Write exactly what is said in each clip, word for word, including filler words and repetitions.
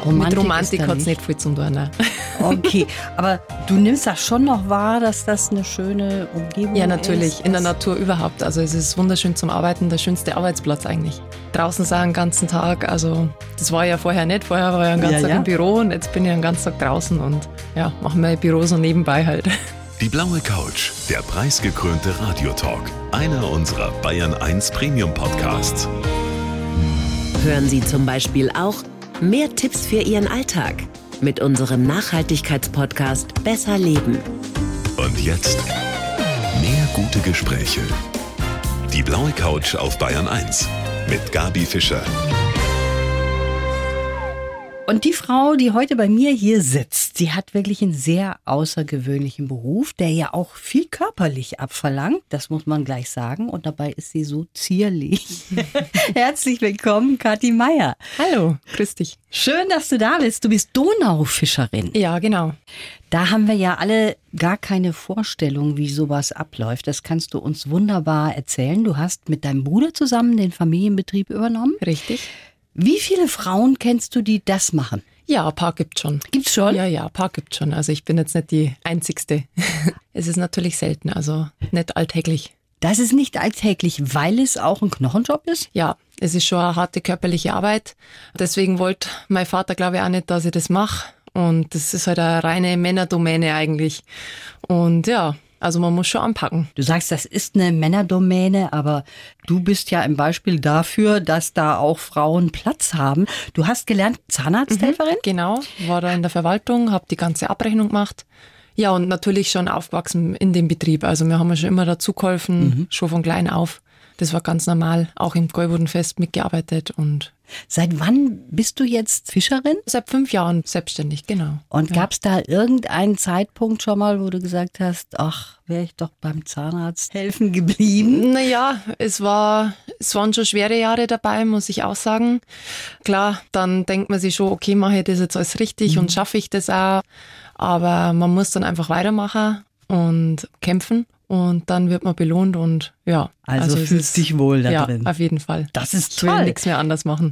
Romantik Mit Romantik ist da hat es nicht viel zu tun. Ne? Okay, aber du nimmst das schon noch wahr, dass das eine schöne Umgebung ist? Ja, natürlich, in der Natur überhaupt. Also es ist wunderschön zum Arbeiten, der schönste Arbeitsplatz eigentlich. Draußen sein den ganzen Tag, also das war ja vorher nicht. Vorher war ich den ganzen Ja, Tag ja. im Büro und jetzt bin ich den ganzen Tag draußen und ja, mache mein Büro so nebenbei halt. Die blaue Couch, der preisgekrönte Radiotalk. Einer unserer Bayern eins Premium Podcasts. Hören Sie zum Beispiel auch mehr Tipps für Ihren Alltag mit unserem Nachhaltigkeitspodcast Besser Leben. Und jetzt mehr gute Gespräche. Die blaue Couch auf Bayern eins mit Gabi Fischer. Und die Frau, die heute bei mir hier sitzt, die hat wirklich einen sehr außergewöhnlichen Beruf, der ja auch viel körperlich abverlangt, das muss man gleich sagen. Und dabei ist sie so zierlich. Herzlich willkommen, Kathi Meier. Hallo, grüß dich. Schön, dass du da bist. Du bist Donaufischerin. Ja, genau. Da haben wir ja alle gar keine Vorstellung, wie sowas abläuft. Das kannst du uns wunderbar erzählen. Du hast mit deinem Bruder zusammen den Familienbetrieb übernommen. Richtig. Wie viele Frauen kennst du, die das machen? Ja, ein paar gibt's schon. Gibt's schon? Ja, ja, ein paar gibt's schon. Also ich bin jetzt nicht die Einzigste. Es ist natürlich selten, also nicht alltäglich. Das ist nicht alltäglich, weil es auch ein Knochenjob ist? Ja, es ist schon eine harte körperliche Arbeit. Deswegen wollte mein Vater, glaube ich, auch nicht, dass ich das mache. Und das ist halt eine reine Männerdomäne eigentlich. Und ja, also man muss schon anpacken. Du sagst, das ist eine Männerdomäne, aber du bist ja ein Beispiel dafür, dass da auch Frauen Platz haben. Du hast gelernt Zahnarzthelferin? Mhm, genau, war da in der Verwaltung, habe die ganze Abrechnung gemacht. Ja, und natürlich schon aufgewachsen in dem Betrieb. Also wir haben ja schon immer dazu geholfen, mhm. schon von klein auf. Das war ganz normal, auch im Gäubodenfest mitgearbeitet. Und seit wann bist du jetzt Fischerin? Seit fünf Jahren selbstständig, genau. Und ja. Gab es da irgendeinen Zeitpunkt schon mal, wo du gesagt hast, ach, wäre ich doch beim Zahnarzt helfen geblieben? Naja, es war, es waren schon schwere Jahre dabei, muss ich auch sagen. Klar, dann denkt man sich schon, okay, mache ich das jetzt alles richtig mhm. und schaffe ich das auch. Aber man muss dann einfach weitermachen und kämpfen. Und dann wird man belohnt und ja. Also, also fühlst dich wohl da ja, drin. Ja, auf jeden Fall. Das ist ich toll. Ich will nichts mehr anders machen.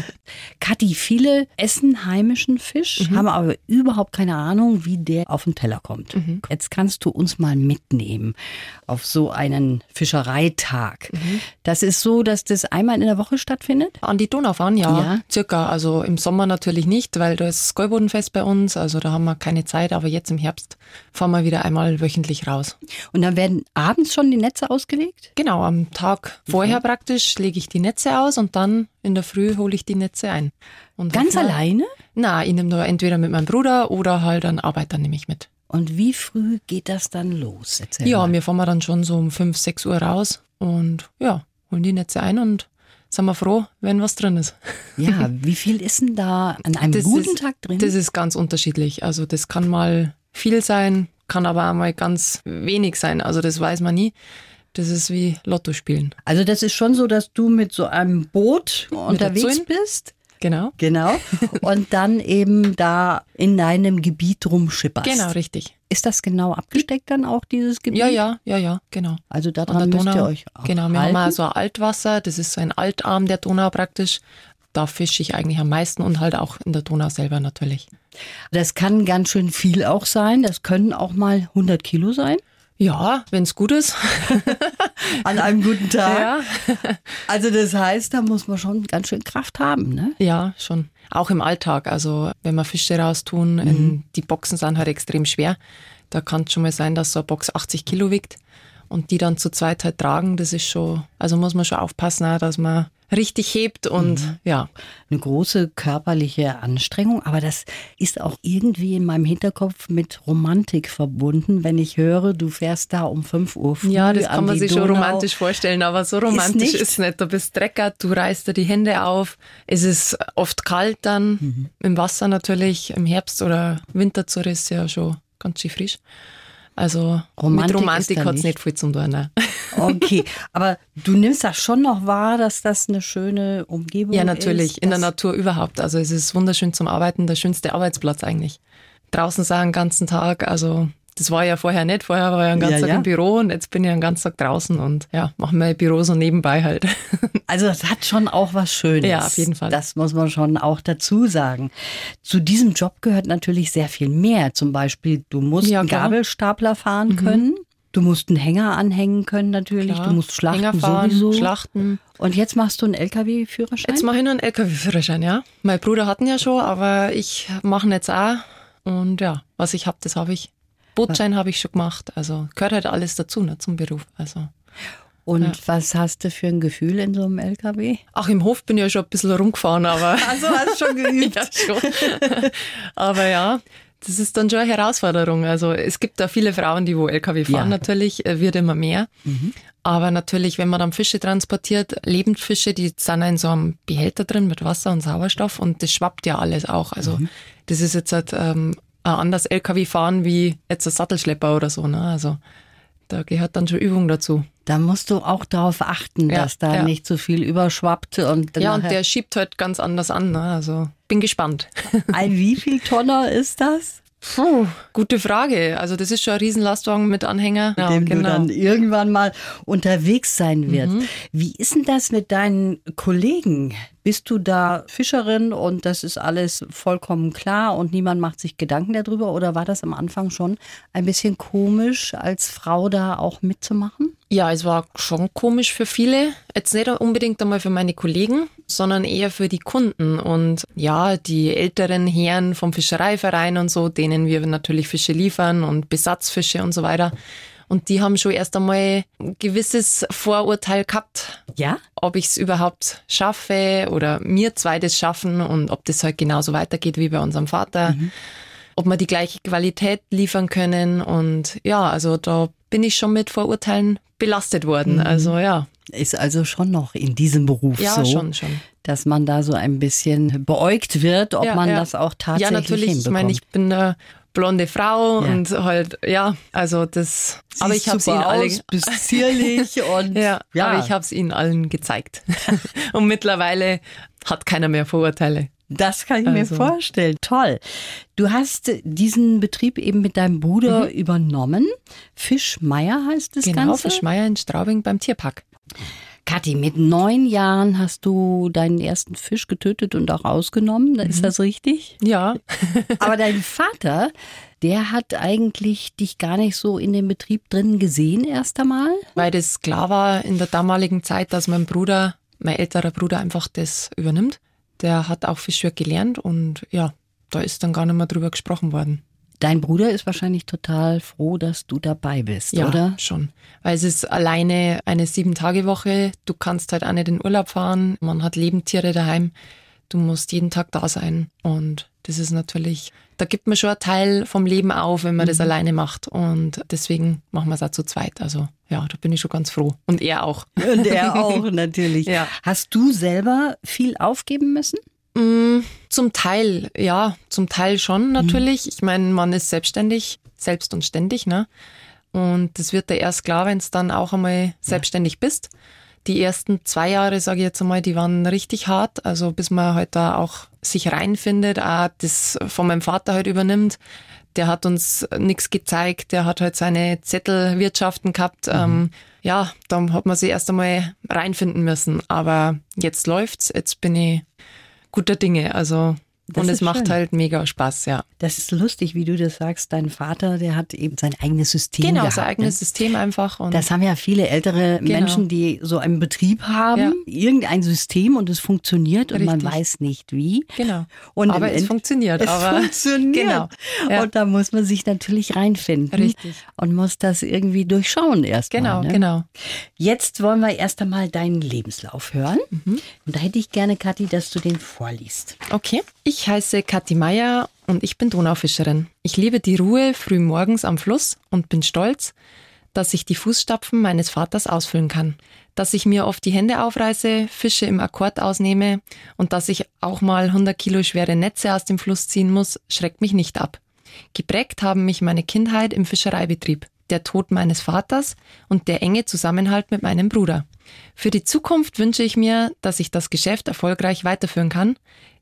Kathi, viele essen heimischen Fisch, mhm. haben aber überhaupt keine Ahnung, wie der auf den Teller kommt. Mhm. Jetzt kannst du uns mal mitnehmen auf so einen Fischereitag. Mhm. Das ist so, dass das einmal in der Woche stattfindet? An die Donau fahren, ja, ja. Circa. Also im Sommer natürlich nicht, weil da ist das Gäubodenfest bei uns. Also da haben wir keine Zeit. Aber jetzt im Herbst fahren wir wieder einmal wöchentlich raus. Und dann werden abends schon die Netze ausgelegt? Genau, am Tag vorher okay. praktisch lege ich die Netze aus und dann in der Früh hole ich die Netze ein. Und ganz alleine? Nein, ich nehme nur entweder mit meinem Bruder oder halt einen Arbeiter nehme ich mit. Und wie früh geht das dann los? Erzähl ja, mal. wir fahren wir dann schon so um fünf, sechs Uhr raus und ja, holen die Netze ein und sind wir froh, wenn was drin ist. Ja, wie viel ist denn da an einem das guten ist, Tag drin? Das ist ganz unterschiedlich. Also das kann mal viel sein, kann aber auch mal ganz wenig sein. Also das weiß man nie. Das ist wie Lotto spielen. Also das ist schon so, dass du mit so einem Boot unterwegs bist? Genau. Genau. Und dann eben da in deinem Gebiet rumschipperst. Genau, richtig. Ist das genau abgesteckt dann auch, dieses Gebiet? Ja, ja, ja, ja, genau. Also daran müsst ihr euch auch Genau, wir halten. haben auch so ein Altwasser, das ist so ein Altarm der Donau praktisch. Da fische ich eigentlich am meisten und halt auch in der Donau selber natürlich. Das kann ganz schön viel auch sein. Das können auch mal hundert Kilo sein. Ja, wenn es gut ist. An einem guten Tag. Ja. Also das heißt, da muss man schon ganz schön Kraft haben, ne? Ja, schon. Auch im Alltag. Also wenn wir Fische raustun, mhm. in, die Boxen sind halt extrem schwer. Da kann es schon mal sein, dass so eine Box achtzig Kilo wiegt. Und die dann zu zweit halt tragen, das ist schon, also muss man schon aufpassen, auch, dass man richtig hebt und mhm. ja. Eine große körperliche Anstrengung, aber das ist auch irgendwie in meinem Hinterkopf mit Romantik verbunden, wenn ich höre, du fährst da um fünf Uhr früh. Ja, das kann man sich Donau. schon romantisch vorstellen, aber so romantisch ist, ist nicht. Du bist dreckert, du reißt dir die Hände auf, es ist oft kalt dann, mhm. im Wasser natürlich, im Herbst oder Winter ist ja schon ganz schön frisch. Also Romantik mit Romantik hat es nicht. nicht viel zu tun. Ne? Okay, aber du nimmst das schon noch wahr, dass das eine schöne Umgebung ist? Ja, natürlich, in der Natur überhaupt. Also es ist wunderschön zum Arbeiten, der schönste Arbeitsplatz eigentlich. Draußen sein den ganzen Tag, also Das war ja vorher nicht. Vorher war ich einen ganzen Ja, Tag ja. im Büro und jetzt bin ich einen ganzen Tag draußen und ja, mache mein Büro so nebenbei halt. Also das hat schon auch was Schönes. Ja, auf jeden Fall. Das muss man schon auch dazu sagen. Zu diesem Job gehört natürlich sehr viel mehr. Zum Beispiel, du musst Ja, einen klar. Gabelstapler fahren können. Du musst einen Hänger anhängen können natürlich. Klar. Du musst schlachten Hänger fahren, sowieso. Schlachten. Und jetzt machst du einen L K W-Führerschein? Jetzt mache ich noch einen L K W-Führerschein, ja. Mein Bruder hat ihn ja schon, aber ich mache ihn jetzt auch. Und ja, was ich habe, das habe ich. Bootschein habe ich schon gemacht. Also gehört halt alles dazu, ne, zum Beruf. Also. Und Ja. was hast du für ein Gefühl in so einem L K W? Ach, im Hof bin ich ja schon ein bisschen rumgefahren, aber. Also hast du schon geübt. ja, schon. Aber ja, das ist dann schon eine Herausforderung. Also es gibt da viele Frauen, die wo L K W fahren, Ja. natürlich, äh, wird immer mehr. Aber natürlich, wenn man dann Fische transportiert, Lebendfische, die sind in so einem Behälter drin mit Wasser und Sauerstoff und das schwappt ja alles auch. Also das ist jetzt halt ähm, ein anderes L K W fahren wie jetzt ein Sattelschlepper oder so. Ne? Also da gehört dann schon Übung dazu. Da musst du auch darauf achten, Ja, dass da ja. nicht so viel überschwappt. Und dann Ja, und nachher- der schiebt halt ganz anders an. Ne? Also bin gespannt. ein wie viel Tonner ist das? Puh, gute Frage. Also das ist schon ein Riesenlastwagen mit Anhänger. Ja, Mit dem genau. du dann irgendwann mal unterwegs sein wirst. Wie ist denn das mit deinen Kollegen? Bist du da Fischerin und das ist alles vollkommen klar und niemand macht sich Gedanken darüber? Oder war das am Anfang schon ein bisschen komisch, als Frau da auch mitzumachen? Ja, es war schon komisch für viele. Jetzt nicht unbedingt einmal für meine Kollegen, sondern eher für die Kunden. Und ja, die älteren Herren vom Fischereiverein und so, denen wir natürlich Fische liefern und Besatzfische und so weiter. Und die haben schon erst einmal ein gewisses Vorurteil gehabt, Ja? ob ich es überhaupt schaffe oder mir zwei das schaffen und ob das halt genauso weitergeht wie bei unserem Vater. Ob wir die gleiche Qualität liefern können. Und ja, also da bin ich schon mit Vorurteilen belastet worden. Also ja. Ist also schon noch in diesem Beruf Ja, so, schon, schon. dass man da so ein bisschen beäugt wird, ob Ja, man ja. das auch tatsächlich Ja, natürlich. hinbekommt. Ich meine, ich bin eine blonde Frau Ja. und halt, ja, also das. Siehst aber ich habe es ihnen super alle. aus, bist zierlich und ja, ja. aber ich habe es ihnen allen gezeigt. Und mittlerweile hat keiner mehr Vorurteile. Das kann ich mir Also. vorstellen. Toll. Du hast diesen Betrieb eben mit deinem Bruder übernommen. Fischmeier heißt das Genau, Ganze. Fischmeier in Straubing beim Tierpark. Kathi, mit neun Jahren hast du deinen ersten Fisch getötet und auch ausgenommen. Ist das richtig? Ja. Aber dein Vater, der hat eigentlich dich gar nicht so in dem Betrieb drin gesehen erst einmal. Weil das klar war in der damaligen Zeit, dass mein Bruder, mein älterer Bruder einfach das übernimmt. Der hat auch Fischwirt gelernt und ja, da ist dann gar nicht mehr drüber gesprochen worden. Dein Bruder ist wahrscheinlich total froh, dass du dabei bist, Ja, oder? schon. Weil es ist alleine eine Sieben-Tage-Woche. Du kannst halt auch nicht in Urlaub fahren. Man hat Lebendtiere daheim. Du musst jeden Tag da sein. Und das ist natürlich, da gibt man schon einen Teil vom Leben auf, wenn man das alleine macht. Und deswegen machen wir es auch zu zweit. Also ja, da bin ich schon ganz froh. Und er auch. Und er auch natürlich. Ja. Hast du selber viel aufgeben müssen? Mm, Zum Teil, ja, zum Teil schon natürlich. Ich meine, man ist selbstständig, selbst und ständig, ne? Und das wird dir erst klar, wenn es dann auch einmal selbstständig bist. Die ersten zwei Jahre, sage ich jetzt einmal, die waren richtig hart. Also bis man halt da auch sich reinfindet, auch das von meinem Vater halt übernimmt. Der hat uns nichts gezeigt, der hat halt seine Zettelwirtschaften gehabt. Ähm, ja, da hat man sich erst einmal reinfinden müssen. Aber jetzt läuft's, jetzt bin ich guter Dinge, also Das und ist es macht schön. halt mega Spaß, ja. Das ist lustig, wie du das sagst. Dein Vater, der hat eben sein eigenes System Genau, gehabt. sein eigenes ne? System einfach. Und Das haben ja viele ältere Genau. Menschen, die so einen Betrieb haben, irgendein System und es funktioniert und man Richtig. weiß nicht wie. genau. Und aber im es End- funktioniert. Es aber funktioniert. Genau. Ja. Und da muss man sich natürlich reinfinden. Richtig. Und muss das irgendwie durchschauen erst Genau, mal. Ne? genau. Jetzt wollen wir erst einmal deinen Lebenslauf hören. Mhm. Und da hätte ich gerne, Kathi, dass du den vorliest. Okay. Ich heiße Kathi Meier und ich bin Donaufischerin. Ich liebe die Ruhe früh morgens am Fluss und bin stolz, dass ich die Fußstapfen meines Vaters ausfüllen kann. Dass ich mir oft die Hände aufreiße, Fische im Akkord ausnehme und dass ich auch mal hundert Kilo schwere Netze aus dem Fluss ziehen muss, schreckt mich nicht ab. Geprägt haben mich meine Kindheit im Fischereibetrieb, der Tod meines Vaters und der enge Zusammenhalt mit meinem Bruder. Für die Zukunft wünsche ich mir, dass ich das Geschäft erfolgreich weiterführen kann,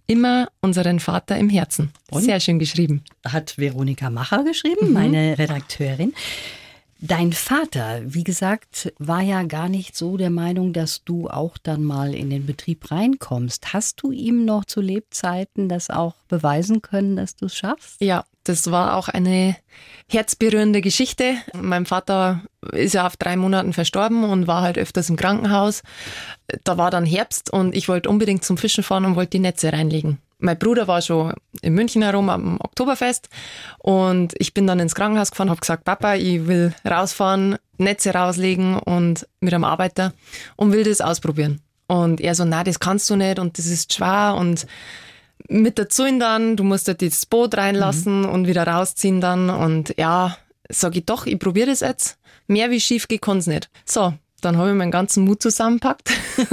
immer unseren Vater im Herzen. Und? Sehr schön geschrieben. Hat Veronika Macher geschrieben, mhm. meine Redakteurin. Dein Vater, wie gesagt, war ja gar nicht so der Meinung, dass du auch dann mal in den Betrieb reinkommst. Hast du ihm noch zu Lebzeiten das auch beweisen können, dass du es schaffst? Ja, das war auch eine herzberührende Geschichte. Mein Vater ist ja auf drei Monaten verstorben und war halt öfters im Krankenhaus. Da war dann Herbst und ich wollte unbedingt zum Fischen fahren und wollte die Netze reinlegen. Mein Bruder war schon in München herum am Oktoberfest und ich bin dann ins Krankenhaus gefahren, habe gesagt, Papa, ich will rausfahren, Netze rauslegen und mit einem Arbeiter und will das ausprobieren. Und er so, nein, das kannst du nicht und das ist schwer und mit dazu dann, du musst halt das Boot reinlassen mhm. und wieder rausziehen dann und ja, sage ich doch, ich probiere das jetzt. Mehr wie schief geht kann's nicht. So, dann habe ich meinen ganzen Mut zusammengepackt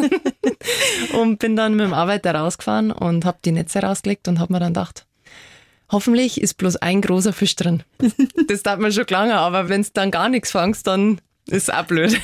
und bin dann mit dem Arbeiter rausgefahren und habe die Netze rausgelegt und habe mir dann gedacht, hoffentlich ist bloß ein großer Fisch drin. Das tat mir schon lange, aber wenn du dann gar nichts fangst, dann ist es auch blöd.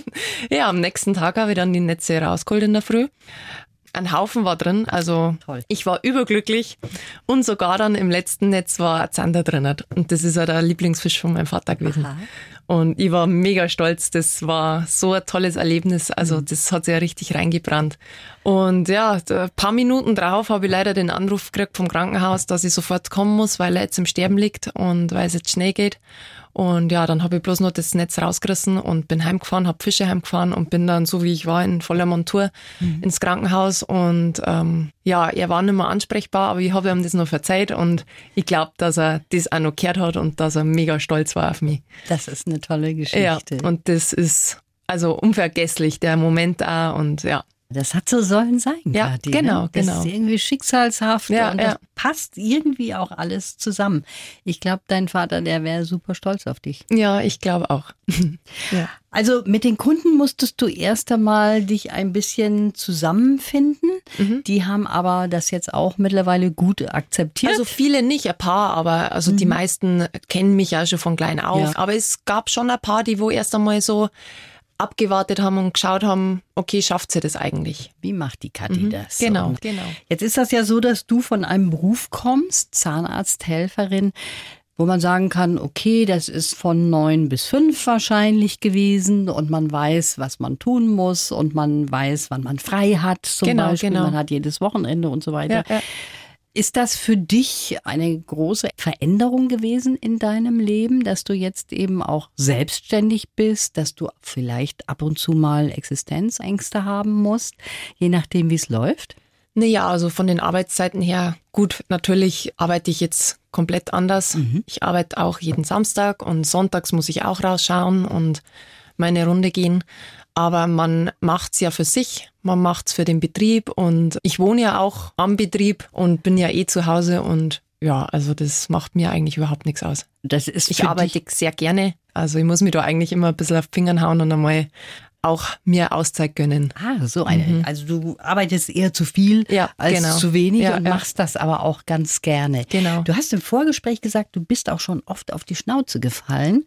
Ja, am nächsten Tag habe ich dann die Netze rausgeholt in der Früh. Ein Haufen war drin, also Toll. Ich war überglücklich und sogar dann im letzten Netz war ein Zander drin und das ist ja der Lieblingsfisch von meinem Vater gewesen. Aha. Und ich war mega stolz, das war so ein tolles Erlebnis, also mhm. das hat sich ja richtig reingebrannt. Und ja, ein paar Minuten drauf habe ich leider den Anruf gekriegt vom Krankenhaus, dass ich sofort kommen muss, weil er jetzt im Sterben liegt und weil es jetzt Schnee geht. Und ja, dann habe ich bloß noch das Netz rausgerissen und bin heimgefahren, habe Fische heimgefahren und bin dann, so wie ich war, in voller Montur mhm. ins Krankenhaus. Und ähm, ja, er war nicht mehr ansprechbar, aber ich habe ihm das noch verzeiht und ich glaube, dass er das auch noch gehört hat und dass er mega stolz war auf mich. Das ist eine tolle Geschichte. Ja, und das ist also unvergesslich, der Moment auch und ja. Das hat so sollen sein, ja, Kathi, genau, ne? Das genau. ist irgendwie schicksalshaft ja, und das ja. passt irgendwie auch alles zusammen. Ich glaube, dein Vater, der wäre super stolz auf dich. Ja, ich glaube auch. Ja. Also mit den Kunden musstest du erst einmal dich ein bisschen zusammenfinden. Mhm. Die haben aber das jetzt auch mittlerweile gut akzeptiert. Also viele nicht, ein paar, aber also mhm. die meisten kennen mich ja schon von klein auf. Ja. Aber es gab schon ein paar, die wo erst einmal so abgewartet haben und geschaut haben, okay, schafft sie das eigentlich? Wie macht die Kathi mhm, das? Genau, und genau. Jetzt ist das ja so, dass du von einem Beruf kommst, Zahnarzthelferin, wo man sagen kann, okay, das ist von neun bis fünf wahrscheinlich gewesen und man weiß, was man tun muss und man weiß, wann man frei hat zum genau, Beispiel. Genau. Man hat jedes Wochenende und so weiter. Ja, ja. Ist das für dich eine große Veränderung gewesen in deinem Leben, dass du jetzt eben auch selbstständig bist, dass du vielleicht ab und zu mal Existenzängste haben musst, je nachdem, wie es läuft? Naja, also von den Arbeitszeiten her, gut, natürlich arbeite ich jetzt komplett anders. Mhm. Ich arbeite auch jeden Samstag und sonntags muss ich auch rausschauen und meine Runde gehen. Aber man macht's ja für sich, man macht's für den Betrieb und ich wohne ja auch am Betrieb und bin ja eh zu Hause und ja, also das macht mir eigentlich überhaupt nichts aus. Das ist ich arbeite dich sehr gerne, also ich muss mich da eigentlich immer ein bisschen auf die Finger hauen und einmal auch mir Auszeit gönnen. Ah, so eine. Mhm. Also du arbeitest eher zu viel ja, als genau. zu wenig ja, und ja. machst das aber auch ganz gerne. Genau. Du hast im Vorgespräch gesagt, du bist auch schon oft auf die Schnauze gefallen.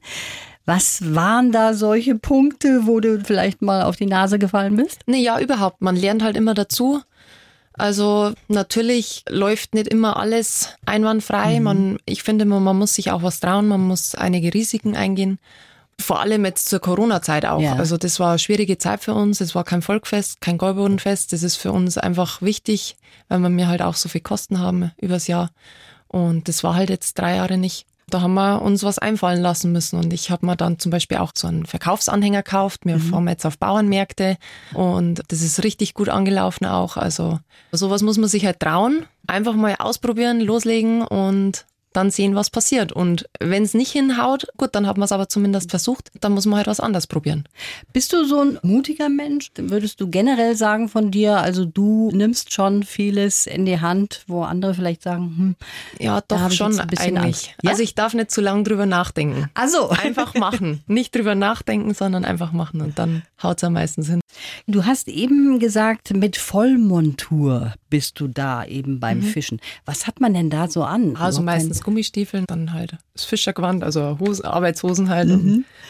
Was waren da solche Punkte, wo du vielleicht mal auf die Nase gefallen bist? Nee, ja, überhaupt. Man lernt halt immer dazu. Also natürlich läuft nicht immer alles einwandfrei. Mhm. Man, ich finde, man, man muss sich auch was trauen, man muss einige Risiken eingehen. Vor allem jetzt zur Corona-Zeit auch. Ja. Also das war eine schwierige Zeit für uns. Es war kein Volkfest, kein Gäubodenfest. Das ist für uns einfach wichtig, weil wir halt auch so viel Kosten haben übers Jahr. Und das war halt jetzt drei Jahre nicht. Da haben wir uns was einfallen lassen müssen und ich habe mir dann zum Beispiel auch so einen Verkaufsanhänger gekauft. Wir mhm. fahren jetzt auf Bauernmärkte und das ist richtig gut angelaufen auch. Also sowas muss man sich halt trauen, einfach mal ausprobieren, loslegen und dann sehen, was passiert. Und wenn es nicht hinhaut, gut, dann hat man es aber zumindest versucht, dann muss man halt was anderes probieren. Bist du so ein mutiger Mensch? Würdest du generell sagen von dir, also du nimmst schon vieles in die Hand, wo andere vielleicht sagen, hm, ja, doch schon ein eigentlich. Ja? Also ich darf nicht zu lange drüber nachdenken. Ach so. Einfach machen. Nicht drüber nachdenken, sondern einfach machen und dann haut es am meisten hin. Du hast eben gesagt, mit Vollmontur bist du da eben beim mhm. Fischen. Was hat man denn da so an? Also meistens Gummistiefeln, dann halt das Fischergewand, also Hosen, Arbeitshosen halt. Mhm.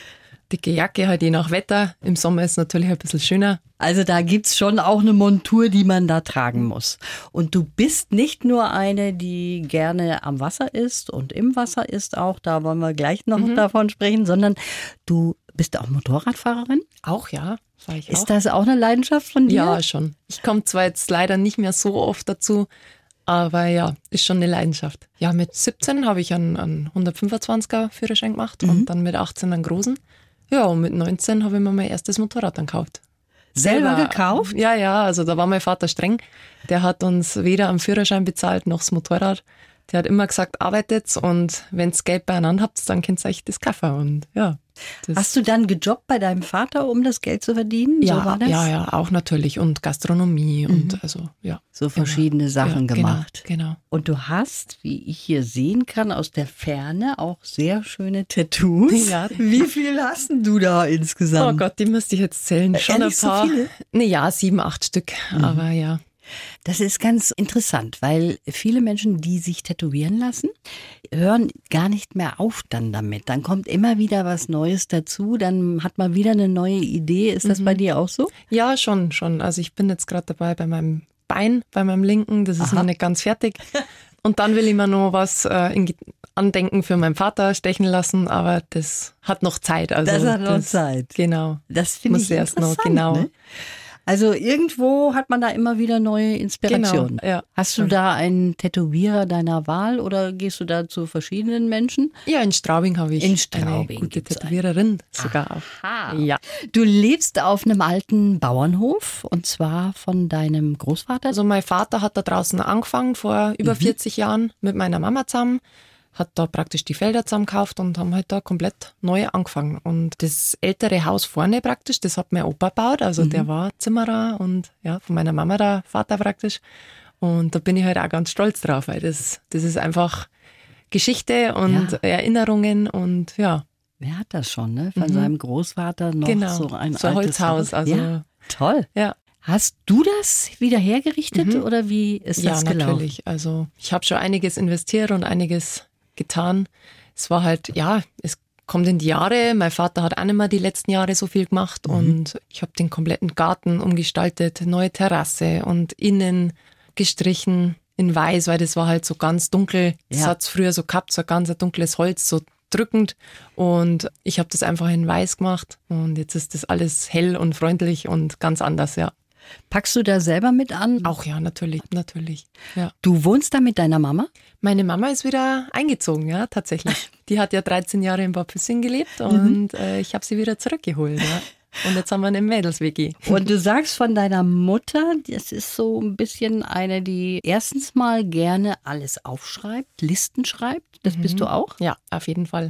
dicke Jacke, halt je nach Wetter. Im Sommer ist es natürlich ein bisschen schöner. Also da gibt's schon auch eine Montur, die man da tragen muss. Und du bist nicht nur eine, die gerne am Wasser ist und im Wasser ist auch, da wollen wir gleich noch mhm. davon sprechen, sondern du bist auch Motorradfahrerin? Auch, ja. Fahr ich ist auch. Das auch eine Leidenschaft von dir? Ja, schon. Ich komme zwar jetzt leider nicht mehr so oft dazu, aber ja, ist schon eine Leidenschaft. Ja, mit siebzehn habe ich einen, einen hundertfünfundzwanziger Führerschein gemacht mhm. und dann mit achtzehn einen großen. Ja, und mit neunzehn habe ich mir mein erstes Motorrad dann gekauft. Selber, Selber gekauft? Ja, ja, also da war mein Vater streng. Der hat uns weder am Führerschein bezahlt noch das Motorrad. Der hat immer gesagt, arbeitet und wenn's Geld beieinander habt, dann könnt ihr euch das kaufen. Und ja. Hast du dann gejobbt bei deinem Vater, um das Geld zu verdienen? Ja, so war das? ja, ja, auch natürlich. Und Gastronomie mhm. und also, ja. So verschiedene immer. Sachen ja, gemacht. Genau, genau. Und du hast, wie ich hier sehen kann, aus der Ferne auch sehr schöne Tattoos. Ja. Wie viel hast denn du da insgesamt? Oh Gott, die müsste ich jetzt zählen. Schon Ehrlich, ein paar. So viele? Nee, ja, sieben, acht Stück. Mhm. Aber ja. Das ist ganz interessant, weil viele Menschen, die sich tätowieren lassen, hören gar nicht mehr auf dann damit. Dann kommt immer wieder was Neues dazu, dann hat man wieder eine neue Idee. Ist das mhm. bei dir auch so? Ja, schon, schon. Also ich bin jetzt gerade dabei bei meinem Bein, bei meinem linken. Das ist Aha. noch nicht ganz fertig. Und dann will ich mir noch was äh, in Andenken für meinen Vater stechen lassen, aber das hat noch Zeit. Also das hat noch das, Zeit. Genau. Das finde ich erst noch genau. Ne? Also irgendwo hat man da immer wieder neue Inspirationen. Genau, ja. Hast du da einen Tätowierer deiner Wahl oder gehst du da zu verschiedenen Menschen? Ja, in Straubing habe ich in Straubing eine gute Tätowiererin sogar Aha. auch. Ja. Du lebst auf einem alten Bauernhof und zwar von deinem Großvater? Also mein Vater hat da draußen angefangen vor über mhm. vierzig Jahren mit meiner Mama zusammen. Hat da praktisch die Felder zusammengekauft und haben halt da komplett neu angefangen. Und das ältere Haus vorne praktisch, das hat mein Opa gebaut, also mhm. der war Zimmerer und ja, von meiner Mama der Vater praktisch. Und da bin ich halt auch ganz stolz drauf, weil das, das ist einfach Geschichte und ja. Erinnerungen und ja. Wer hat das schon, ne? Von mhm. seinem Großvater noch genau. so ein so ein altes Holzhaus. Also, ja, toll. Ja. Hast du das wieder hergerichtet mhm. oder wie ist das ja, gelaufen? Ja, natürlich. Also ich habe schon einiges investiert und einiges getan. Es war halt, ja, es kommt in die Jahre. Mein Vater hat auch nicht mehr die letzten Jahre so viel gemacht mhm. und ich habe den kompletten Garten umgestaltet, neue Terrasse und innen gestrichen in weiß, weil das war halt so ganz dunkel. Das ja. hat es früher so gehabt, so ein ganz dunkles Holz, so drückend und ich habe das einfach in weiß gemacht und jetzt ist das alles hell und freundlich und ganz anders, ja. Packst du da selber mit an? Auch ja, natürlich, natürlich. Ja. Du wohnst da mit deiner Mama? Meine Mama ist wieder eingezogen, ja, tatsächlich. Die hat ja dreizehn Jahre in Bad Püssing gelebt und mhm. äh, ich habe sie wieder zurückgeholt, ja. Und jetzt haben wir eine Mädels-W G. Und du sagst von deiner Mutter, das ist so ein bisschen eine, die erstens mal gerne alles aufschreibt, Listen schreibt. Das mhm. bist du auch? Ja, auf jeden Fall.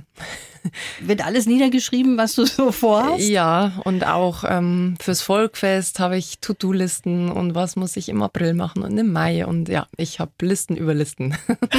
Wird alles niedergeschrieben, was du so vorhast? Ja, und auch ähm, fürs Volkfest habe ich To-Do-Listen und was muss ich im April machen und im Mai. Und ja, ich habe Listen über Listen.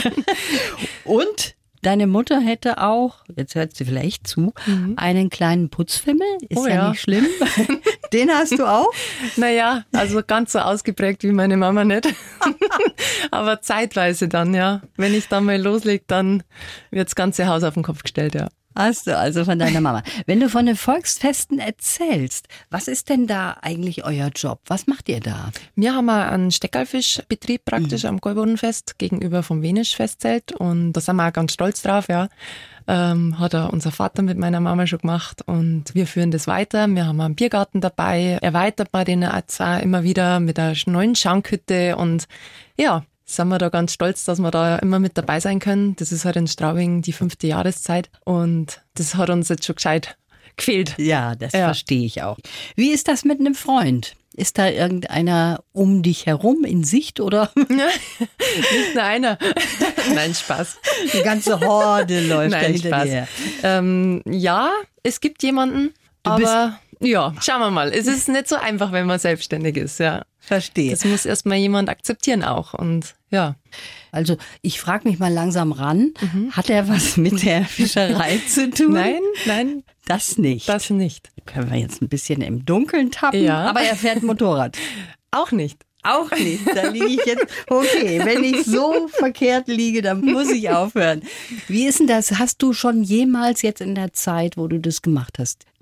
Und? Deine Mutter hätte auch, jetzt hört sie vielleicht zu, mhm. einen kleinen Putzfimmel. Ist oh, ja, ja nicht schlimm. Den hast du auch? Naja, also ganz so ausgeprägt wie meine Mama nicht. Aber zeitweise dann, ja. Wenn ich dann mal loslege, dann wird das ganze Haus auf den Kopf gestellt, ja. Hast du also von deiner Mama. Wenn du von den Volksfesten erzählst, was ist denn da eigentlich euer Job? Was macht ihr da? Wir haben einen Steckerlfischbetrieb praktisch mhm. am Gäubodenfest gegenüber vom Wenisch-Festzelt und da sind wir auch ganz stolz drauf, ja. Ähm, hat er unser Vater mit meiner Mama schon gemacht und wir führen das weiter. Wir haben einen Biergarten dabei, erweitert man den jetzt auch immer wieder mit einer neuen Schankhütte und ja, sind wir da ganz stolz, dass wir da immer mit dabei sein können. Das ist halt in Straubing die fünfte Jahreszeit und das hat uns jetzt schon gescheit gefehlt. Ja, das ja. verstehe ich auch. Wie ist das mit einem Freund? Ist da irgendeiner um dich herum in Sicht oder? Nicht nur einer. Nein, Spaß. Die ganze Horde läuft Nein, da hinter Spaß. dir. Ähm, ja, es gibt jemanden, du aber ja, schauen wir mal. Es ist nicht so einfach, wenn man selbstständig ist, ja. Verstehe. Das muss erstmal jemand akzeptieren auch und ja. Also ich frage mich mal langsam ran, mhm. hat er was mit der Fischerei zu tun? Nein, nein. Das nicht. Das nicht. Können wir jetzt ein bisschen im Dunkeln tappen, ja. aber er fährt Motorrad. Auch nicht. Auch nicht. Da liege ich jetzt, okay, wenn ich so verkehrt liege, dann muss ich aufhören. Wie ist denn das? Hast du schon jemals jetzt in der Zeit, wo du das gemacht hast,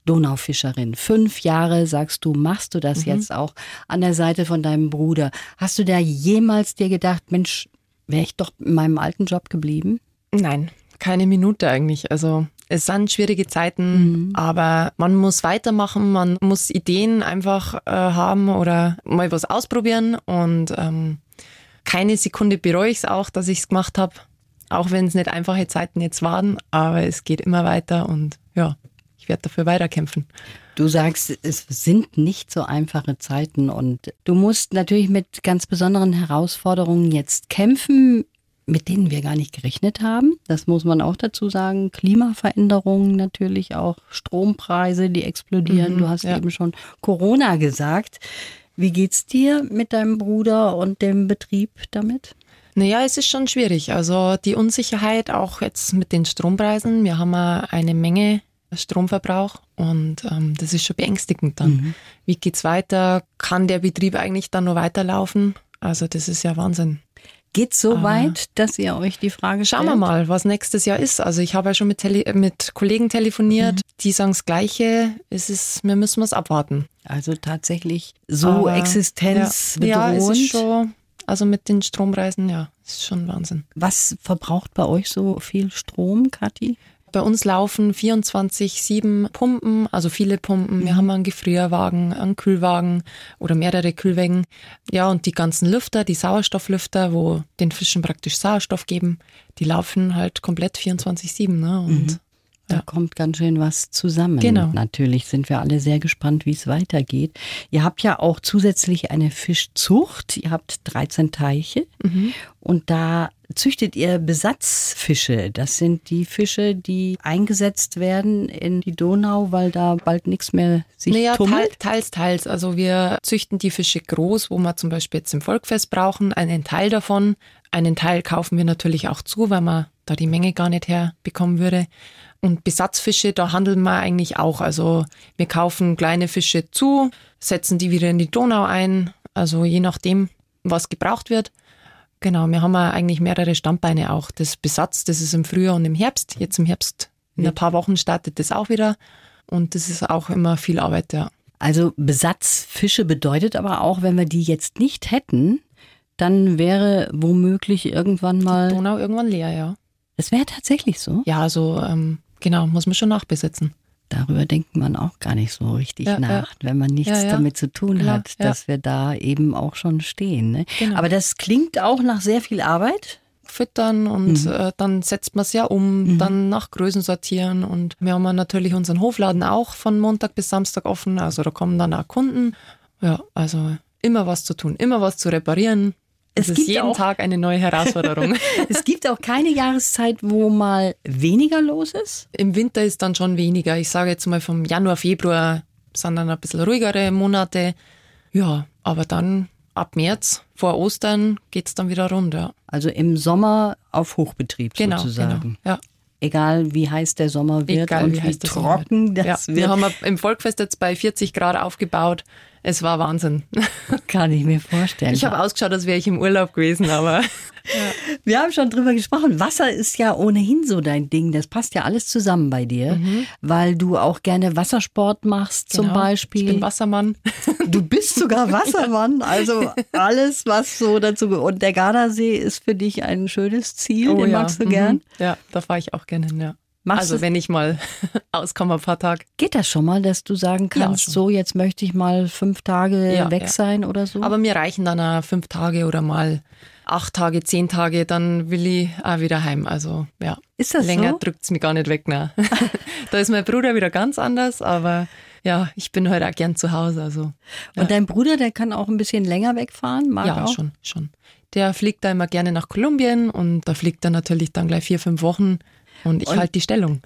Donaufischerin. Fünf Jahre, sagst du, machst du das mhm. jetzt auch an der Seite von deinem Bruder. Hast du da jemals dir gedacht, Mensch, wäre ich doch in meinem alten Job geblieben? Nein, keine Minute eigentlich. Also es sind schwierige Zeiten, mhm. aber man muss weitermachen, man muss Ideen einfach äh, haben oder mal was ausprobieren und ähm, keine Sekunde bereue ich es auch, dass ich es gemacht habe, auch wenn es nicht einfache Zeiten jetzt waren, aber es geht immer weiter und ja, ich werde dafür weiterkämpfen. Du sagst, es sind nicht so einfache Zeiten und du musst natürlich mit ganz besonderen Herausforderungen jetzt kämpfen, mit denen wir gar nicht gerechnet haben. Das muss man auch dazu sagen. Klimaveränderungen natürlich auch, Strompreise, die explodieren. Mhm, du hast ja. eben schon Corona gesagt. Wie geht's dir mit deinem Bruder und dem Betrieb damit? Naja, es ist schon schwierig. Also die Unsicherheit auch jetzt mit den Strompreisen. Wir haben eine Menge Stromverbrauch und ähm, das ist schon beängstigend dann. Mhm. Wie geht's weiter? Kann der Betrieb eigentlich dann nur weiterlaufen? Also das ist ja Wahnsinn. Geht so weit, dass ihr euch die Frage stellt? Schauen wir mal, was nächstes Jahr ist. Also ich habe ja schon mit, Tele- mit Kollegen telefoniert, mhm. die sagen das Gleiche. Es ist, wir müssen es abwarten. Also tatsächlich so Aber, existenzbedrohend. Ja, ja, es ist schon, also mit den Strompreisen, ja, es ist schon Wahnsinn. Was verbraucht bei euch so viel Strom, Kathi? Bei uns laufen vierundzwanzig sieben Pumpen, also viele Pumpen. Wir haben einen Gefrierwagen, einen Kühlwagen oder mehrere Kühlwägen. Ja, und die ganzen Lüfter, die Sauerstofflüfter, wo den Fischen praktisch Sauerstoff geben, die laufen halt komplett vierundzwanzig sieben. Ne? Und mhm. Da ja. kommt ganz schön was zusammen. Genau. Natürlich sind wir alle sehr gespannt, wie es weitergeht. Ihr habt ja auch zusätzlich eine Fischzucht. Ihr habt dreizehn Teiche mhm. und da züchtet ihr Besatzfische. Das sind die Fische, die eingesetzt werden in die Donau, weil da bald nichts mehr sich naja, tummelt? Teils, teils. Also wir züchten die Fische groß, wo wir zum Beispiel jetzt im Volkfest brauchen, einen Teil davon. Einen Teil kaufen wir natürlich auch zu, weil man da die Menge gar nicht herbekommen würde. Und Besatzfische, da handeln wir eigentlich auch. Also wir kaufen kleine Fische zu, setzen die wieder in die Donau ein. Also je nachdem, was gebraucht wird. Genau, wir haben eigentlich mehrere Standbeine auch. Das Besatz, das ist im Frühjahr und im Herbst. Jetzt im Herbst, in ein paar Wochen startet das auch wieder. Und das ist auch immer viel Arbeit, ja. Also Besatzfische bedeutet aber auch, wenn wir die jetzt nicht hätten, dann wäre womöglich irgendwann mal... Die Donau irgendwann leer, ja. Das wäre tatsächlich so? Ja, also ähm, genau, muss man schon nachbesetzen. Darüber denkt man auch gar nicht so richtig ja, nach, ja. wenn man nichts ja, ja. damit zu tun Klar, hat, dass ja. wir da eben auch schon stehen. Ne? Genau. Aber das klingt auch nach sehr viel Arbeit. Füttern und mhm. äh, dann setzt man es ja um, mhm. dann nach Größen sortieren und wir haben natürlich unseren Hofladen auch von Montag bis Samstag offen, also da kommen dann auch Kunden. Ja, also immer was zu tun, immer was zu reparieren. Es, es ist jeden auch, Tag eine neue Herausforderung. Es gibt auch keine Jahreszeit, wo mal weniger los ist? Im Winter ist dann schon weniger. Ich sage jetzt mal vom Januar, Februar sind dann ein bisschen ruhigere Monate. Ja, aber dann ab März, vor Ostern, geht es dann wieder runter. Also im Sommer auf Hochbetrieb genau, sozusagen. Genau, ja. Egal wie heiß der Sommer wird Egal, und wie, wie heiß trocken das das ja, wird. Wir haben im Volkfest jetzt bei vierzig Grad aufgebaut. Es war Wahnsinn. Kann ich mir vorstellen. Ich habe ausgeschaut, als wäre ich im Urlaub gewesen, aber... Ja. Wir haben schon drüber gesprochen. Wasser ist ja ohnehin so dein Ding. Das passt ja alles zusammen bei dir, mhm. weil du auch gerne Wassersport machst genau. zum Beispiel. Ich bin Wassermann. Du bist sogar Wassermann. Also alles, was so dazu gehört. Und der Gardasee ist für dich ein schönes Ziel. Oh, den ja. magst du gern? Mhm. Ja, da fahre ich auch gerne hin, ja. Machst also wenn ich mal auskomme ein paar Tage. Geht das schon mal, dass du sagen kannst, ja, so jetzt möchte ich mal fünf Tage ja, weg ja. sein oder so? Aber mir reichen dann auch fünf Tage oder mal acht Tage, zehn Tage, dann will ich auch wieder heim. Also ja, ist das länger so? drückt es mich gar nicht weg. Ne? Da ist mein Bruder wieder ganz anders, aber ja, ich bin heute auch gern zu Hause. Also, ja. Und dein Bruder, der kann auch ein bisschen länger wegfahren? Mag ja, auch? schon, schon. Der fliegt da immer gerne nach Kolumbien und da fliegt er natürlich dann gleich vier, fünf Wochen. Und ich halte die Stellung.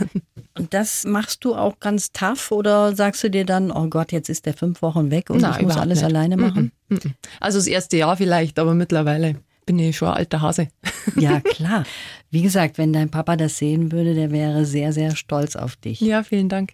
Und das machst du auch ganz tough oder sagst du dir dann, oh Gott, jetzt ist der fünf Wochen weg und Na, ich muss alles nicht. alleine machen? Mm -mm. Also das erste Jahr vielleicht, aber mittlerweile bin ich schon ein alter Hase. Ja, klar. Wie gesagt, wenn dein Papa das sehen würde, der wäre sehr, sehr stolz auf dich. Ja, vielen Dank.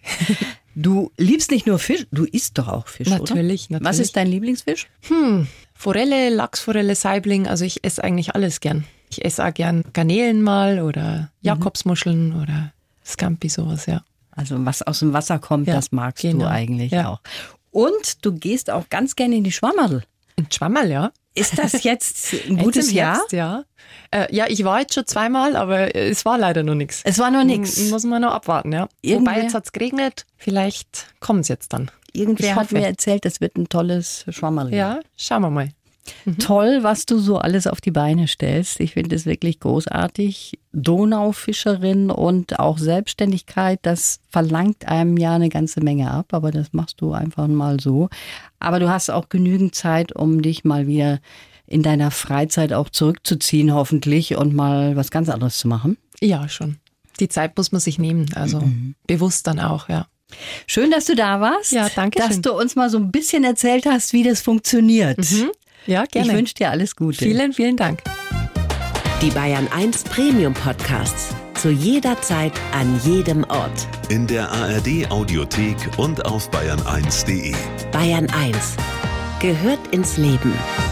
Du liebst nicht nur Fisch, du isst doch auch Fisch, natürlich, oder? Natürlich. Was ist dein Lieblingsfisch? Hm, Forelle, Lachsforelle, Saibling, also ich esse eigentlich alles gern. Ich esse auch gern Garnelen mal oder Jakobsmuscheln mhm. oder Scampi, sowas, ja. Also was aus dem Wasser kommt, Ja, das magst genau. du eigentlich Ja. auch. Und du gehst auch ganz gerne in die Schwammerl. Ein Schwammerl, ja. Ist das jetzt ein Jetzt gutes im Jahr? Herbst, ja. Äh, ja, ich war jetzt schon zweimal, aber es war leider noch nichts. Es war noch nichts. Muss man noch abwarten, ja. Irgendwer- Wobei, jetzt hat es geregnet. Vielleicht kommt es jetzt dann. Irgendwer Ich hat hoffe. mir erzählt, es wird ein tolles Schwammerl. Ja, schauen wir mal. Toll, was du so alles auf die Beine stellst. Ich finde es wirklich großartig. Donaufischerin und auch Selbstständigkeit, das verlangt einem ja eine ganze Menge ab, aber das machst du einfach mal so. Aber du hast auch genügend Zeit, um dich mal wieder in deiner Freizeit auch zurückzuziehen, hoffentlich, und mal was ganz anderes zu machen. Ja, schon. Die Zeit muss man sich nehmen, also Mhm. bewusst dann auch, ja. Schön, dass du da warst. Ja, danke Dass schön. du uns mal so ein bisschen erzählt hast, wie das funktioniert. Ja, gerne. Ich wünsche dir alles Gute. Vielen, vielen Dank. Die Bayern eins Premium Podcasts. Zu jeder Zeit, an jedem Ort. In der A R D Audiothek und auf bayern eins punkt de. Bayern eins gehört ins Leben.